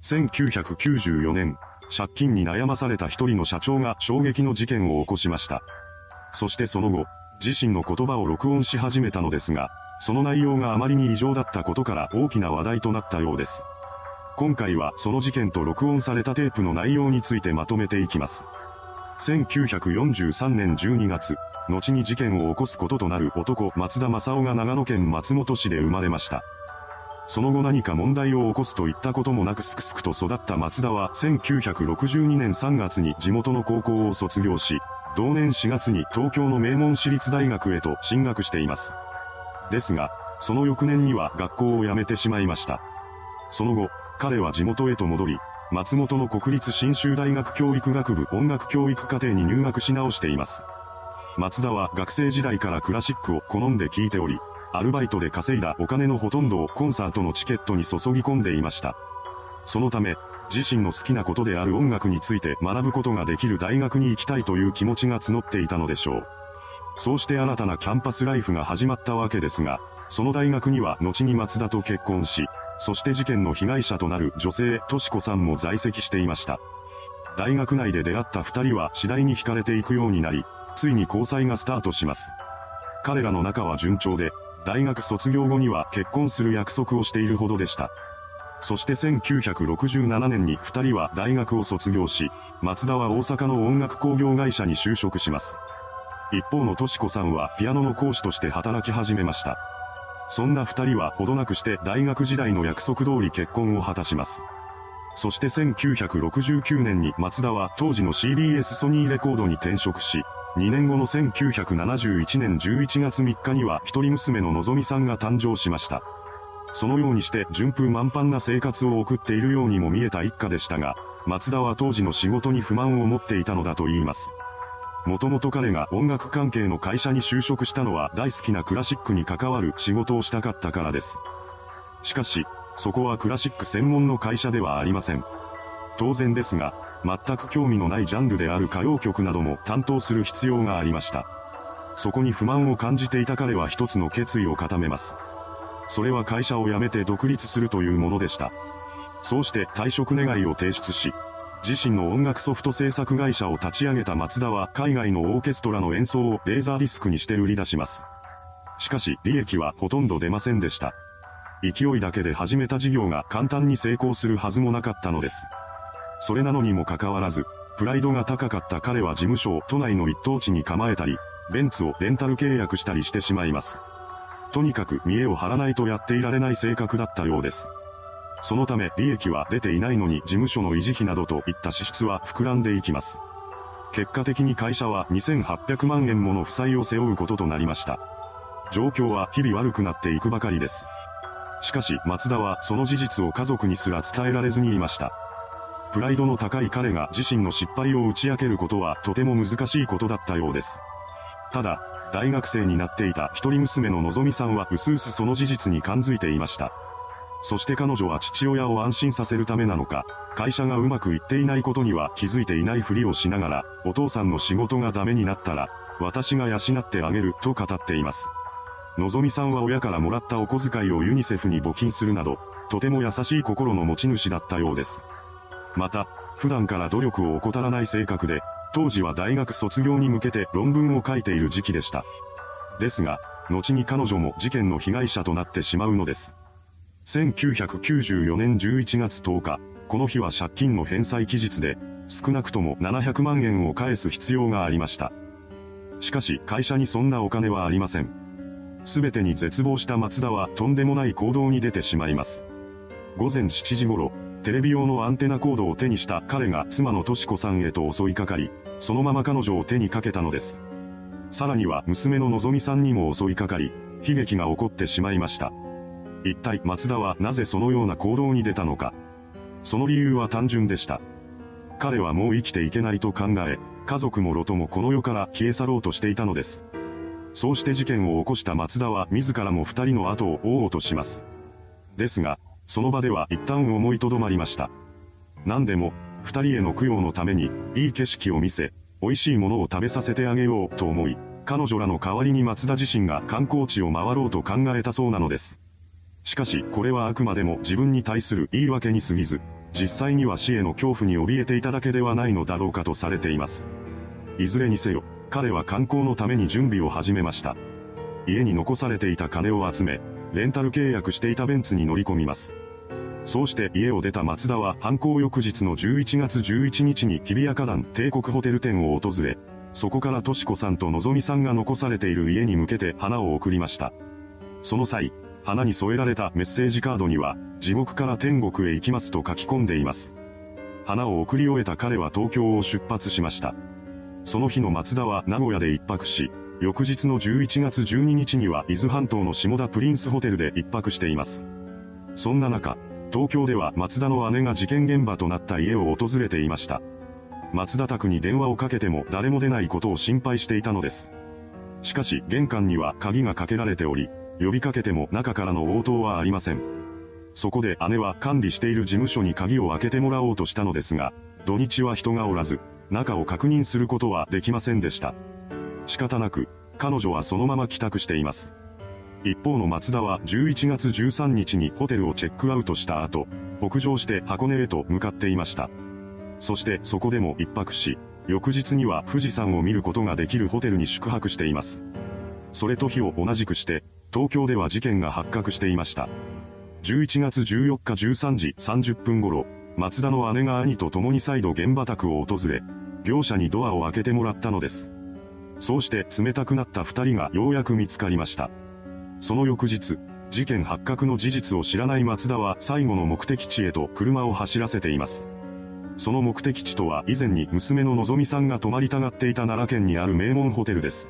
1994年、借金に悩まされた一人の社長が衝撃の事件を起こしました。そしてその後、自身の言葉を録音し始めたのですが、その内容があまりに異常だったことから大きな話題となったようです。今回はその事件と録音されたテープの内容についてまとめていきます。1943年12月、後に事件を起こすこととなる男松田正夫が長野県松本市で生まれました。その後何か問題を起こすといったこともなくすくすくと育った松田は1962年3月に地元の高校を卒業し、同年4月に東京の名門私立大学へと進学しています。ですが、その翌年には学校を辞めてしまいました。その後、彼は地元へと戻り、松本の国立信州大学教育学部音楽教育課程に入学し直しています。松田は学生時代からクラシックを好んで聴いており、アルバイトで稼いだお金のほとんどをコンサートのチケットに注ぎ込んでいました。そのため、自身の好きなことである音楽について学ぶことができる大学に行きたいという気持ちが募っていたのでしょう。そうして新たなキャンパスライフが始まったわけですが、その大学には後に松田と結婚し、そして事件の被害者となる女性、とし子さんも在籍していました。大学内で出会った二人は次第に惹かれていくようになり、ついに交際がスタートします。彼らの仲は順調で、大学卒業後には結婚する約束をしているほどでした。そして1967年に二人は大学を卒業し、松田は大阪の音楽工業会社に就職します。一方のとし子さんはピアノの講師として働き始めました。そんな二人はほどなくして大学時代の約束通り結婚を果たします。そして1969年に松田は当時の CBS ソニーレコードに転職し、2年後の1971年11月3日には一人娘ののぞみさんが誕生しました。そのようにして順風満帆な生活を送っているようにも見えた一家でしたが、松田は当時の仕事に不満を持っていたのだといいます。もともと彼が音楽関係の会社に就職したのは大好きなクラシックに関わる仕事をしたかったからです。しかし、そこはクラシック専門の会社ではありません。当然ですが、全く興味のないジャンルである歌謡曲なども担当する必要がありました。そこに不満を感じていた彼は一つの決意を固めます。それは会社を辞めて独立するというものでした。そうして退職願を提出し、自身の音楽ソフト制作会社を立ち上げた松田は海外のオーケストラの演奏をレーザーディスクにして売り出します。しかし利益はほとんど出ませんでした。勢いだけで始めた事業が簡単に成功するはずもなかったのです。それなのにもかかわらず、プライドが高かった彼は事務所を都内の一等地に構えたり、ベンツをレンタル契約したりしてしまいます。とにかく見栄を張らないとやっていられない性格だったようです。そのため利益は出ていないのに事務所の維持費などといった支出は膨らんでいきます。結果的に会社は2800万円もの負債を背負うこととなりました。状況は日々悪くなっていくばかりです。しかし松田はその事実を家族にすら伝えられずにいました。プライドの高い彼が自身の失敗を打ち明けることはとても難しいことだったようです。ただ、大学生になっていた一人娘ののぞみさんはうすうすその事実に感づいていました。そして彼女は父親を安心させるためなのか、会社がうまくいっていないことには気づいていないふりをしながら、お父さんの仕事がダメになったら、私が養ってあげると語っています。のぞみさんは親からもらったお小遣いをユニセフに募金するなど、とても優しい心の持ち主だったようです。また、普段から努力を怠らない性格で、当時は大学卒業に向けて論文を書いている時期でした。ですが、後に彼女も事件の被害者となってしまうのです。1994年11月10日、この日は借金の返済期日で、少なくとも700万円を返す必要がありました。しかし会社にそんなお金はありません。すべてに絶望した松田はとんでもない行動に出てしまいます。午前7時頃、テレビ用のアンテナコードを手にした彼が妻のとし子さんへと襲いかかり、そのまま彼女を手にかけたのです。さらには娘ののぞみさんにも襲いかかり、悲劇が起こってしまいました。一体松田はなぜそのような行動に出たのか。その理由は単純でした。彼はもう生きていけないと考え、家族もろともこの世から消え去ろうとしていたのです。そうして事件を起こした松田は自らも二人の後を追おうとします。ですが、その場では一旦思いとどまりました。何でも、二人への供養のために、いい景色を見せ、美味しいものを食べさせてあげようと思い、彼女らの代わりに松田自身が観光地を回ろうと考えたそうなのです。しかしこれはあくまでも自分に対する言い訳に過ぎず、 実際には死への恐怖に怯えていただけではないのだろうかとされています。いずれにせよ、彼は観光のために準備を始めました。家に残されていた金を集め、レンタル契約していたベンツに乗り込みます。そうして家を出た松田は犯行翌日の11月11日に日比谷花壇帝国ホテル店を訪れ、そこからとし子さんとのぞみさんが残されている家に向けて花を贈りました。その際、花に添えられたメッセージカードには、地獄から天国へ行きますと書き込んでいます。花を贈り終えた彼は東京を出発しました。その日の松田は名古屋で一泊し、翌日の11月12日には伊豆半島の下田プリンスホテルで一泊しています。そんな中、東京では松田の姉が事件現場となった家を訪れていました。松田宅に電話をかけても誰も出ないことを心配していたのです。しかし玄関には鍵がかけられており、呼びかけても中からの応答はありません。そこで姉は管理している事務所に鍵を開けてもらおうとしたのですが、土日は人がおらず、中を確認することはできませんでした。仕方なく、彼女はそのまま帰宅しています。一方の松田は11月13日にホテルをチェックアウトした後、北上して箱根へと向かっていました。そしてそこでも一泊し、翌日には富士山を見ることができるホテルに宿泊しています。それと日を同じくして、東京では事件が発覚していました。11月14日13時30分頃、松田の姉が兄と共に再度現場宅を訪れ、業者にドアを開けてもらったのです。そうして冷たくなった二人がようやく見つかりました。その翌日、事件発覚の事実を知らない松田は最後の目的地へと車を走らせています。その目的地とは以前に娘ののぞみさんが泊まりたがっていた奈良県にある名門ホテルです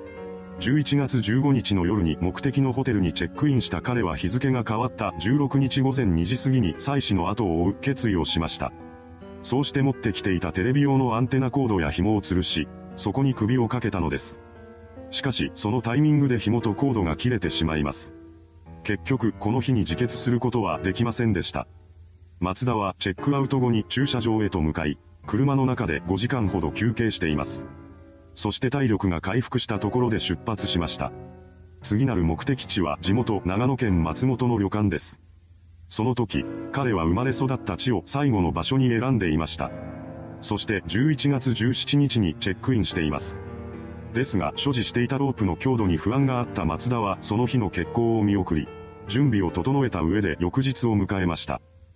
。11月15日の夜に目的のホテルにチェックインした彼は日付が変わった16日午前2時過ぎに妻子の後を追う決意をしました。そうして持ってきていたテレビ用のアンテナコードや紐を吊るし、そこに首をかけたのです。しかしそのタイミングで紐とコードが切れてしまいます。結局この日に自決することはできませんでした。松田はチェックアウト後に駐車場へと向かい、車の中で5時間ほど休憩しています。そして体力が回復したところで出発しました。次なる目的地は地元長野県松本の旅館です。その時、彼は生まれ育った地を最後の場所に選んでいました。そして11月17日にチェックインしています。ですが所持していたロープの強度に不安があった松田はその日の決行を見送り、準備を整えた上で翌日を迎えました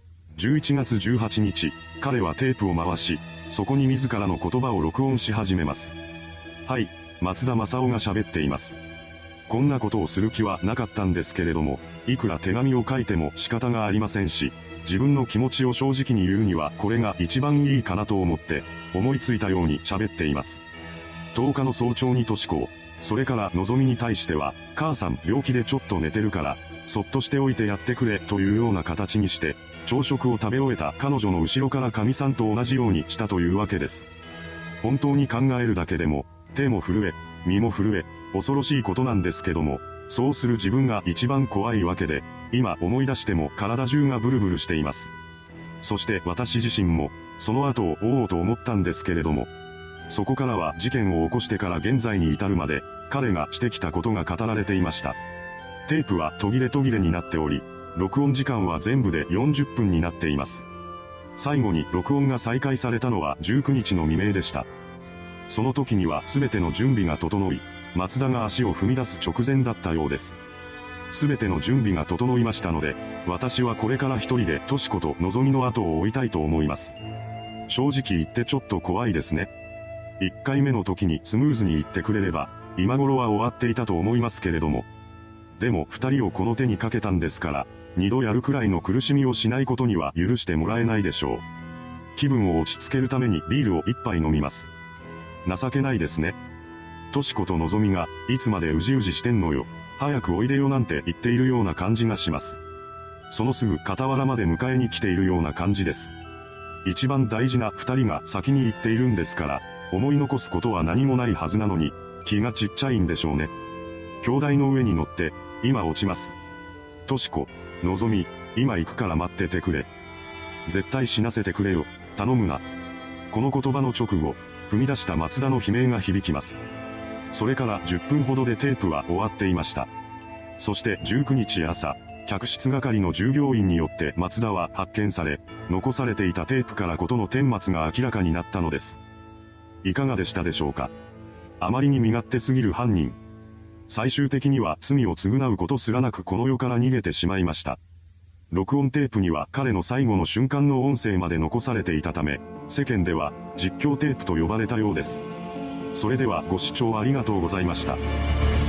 。11月18日、彼はテープを回し、そこに自らの言葉を録音し始めます。はい、松田正夫が喋っています。こんなことをする気はなかったんですけれども、いくら手紙を書いても仕方がありませんし、自分の気持ちを正直に言うにはこれが一番いいかなと思って、思いついたように喋っています。10日の早朝にとし子を、それからのぞみに対しては、母さん病気でちょっと寝てるから、そっとしておいてやってくれというような形にして、朝食を食べ終えた彼女の後ろから神さんと同じようにしたというわけです。本当に考えるだけでも、手も震え、身も震え、恐ろしいことなんですけども、そうする自分が一番怖いわけで、今思い出しても体中がブルブルしています。そして私自身も、その後を追おうと思ったんですけれども、そこからは事件を起こしてから現在に至るまで、彼がしてきたことが語られていました。テープは途切れ途切れになっており、録音時間は全部で40分になっています。最後に録音が再開されたのは19日の未明でした。その時には全ての準備が整い、松田が足を踏み出す直前だったようです。全ての準備が整いましたので、私はこれから一人でとし子とのぞみの後を追いたいと思います。正直言ってちょっと怖いですね。1回目の時にスムーズにいってくれれば、今頃は終わっていたと思いますけれども。でも2人をこの手にかけたんですから、2度やるくらいの苦しみをしないことには許してもらえないでしょう。気分を落ち着けるためにビールを1杯飲みます。情けないですね。とし子とのぞみが、いつまでうじうじしてんのよ、早くおいでよなんて言っているような感じがします。そのすぐ傍らまで迎えに来ているような感じです。一番大事な2人が先に行っているんですから、思い残すことは何もないはずなのに、気がちっちゃいんでしょうね。兄弟の上に乗って、今落ちます。とし子、のぞみ、今行くから待っててくれ。絶対死なせてくれよ、頼むな。この言葉の直後、踏み出した松田の悲鳴が響きます。それから10分ほどでテープは終わっていました。そして19日朝、 客室係の従業員によって松田は発見され、残されていたテープから事の顛末が明らかになったのです。いかがでしたでしょうか。あまりに身勝手すぎる犯人。最終的には罪を償うことすらなくこの世から逃げてしまいました。録音テープには彼の最後の瞬間の音声まで残されていたため、世間では実況テープと呼ばれたようです。それではご視聴ありがとうございました。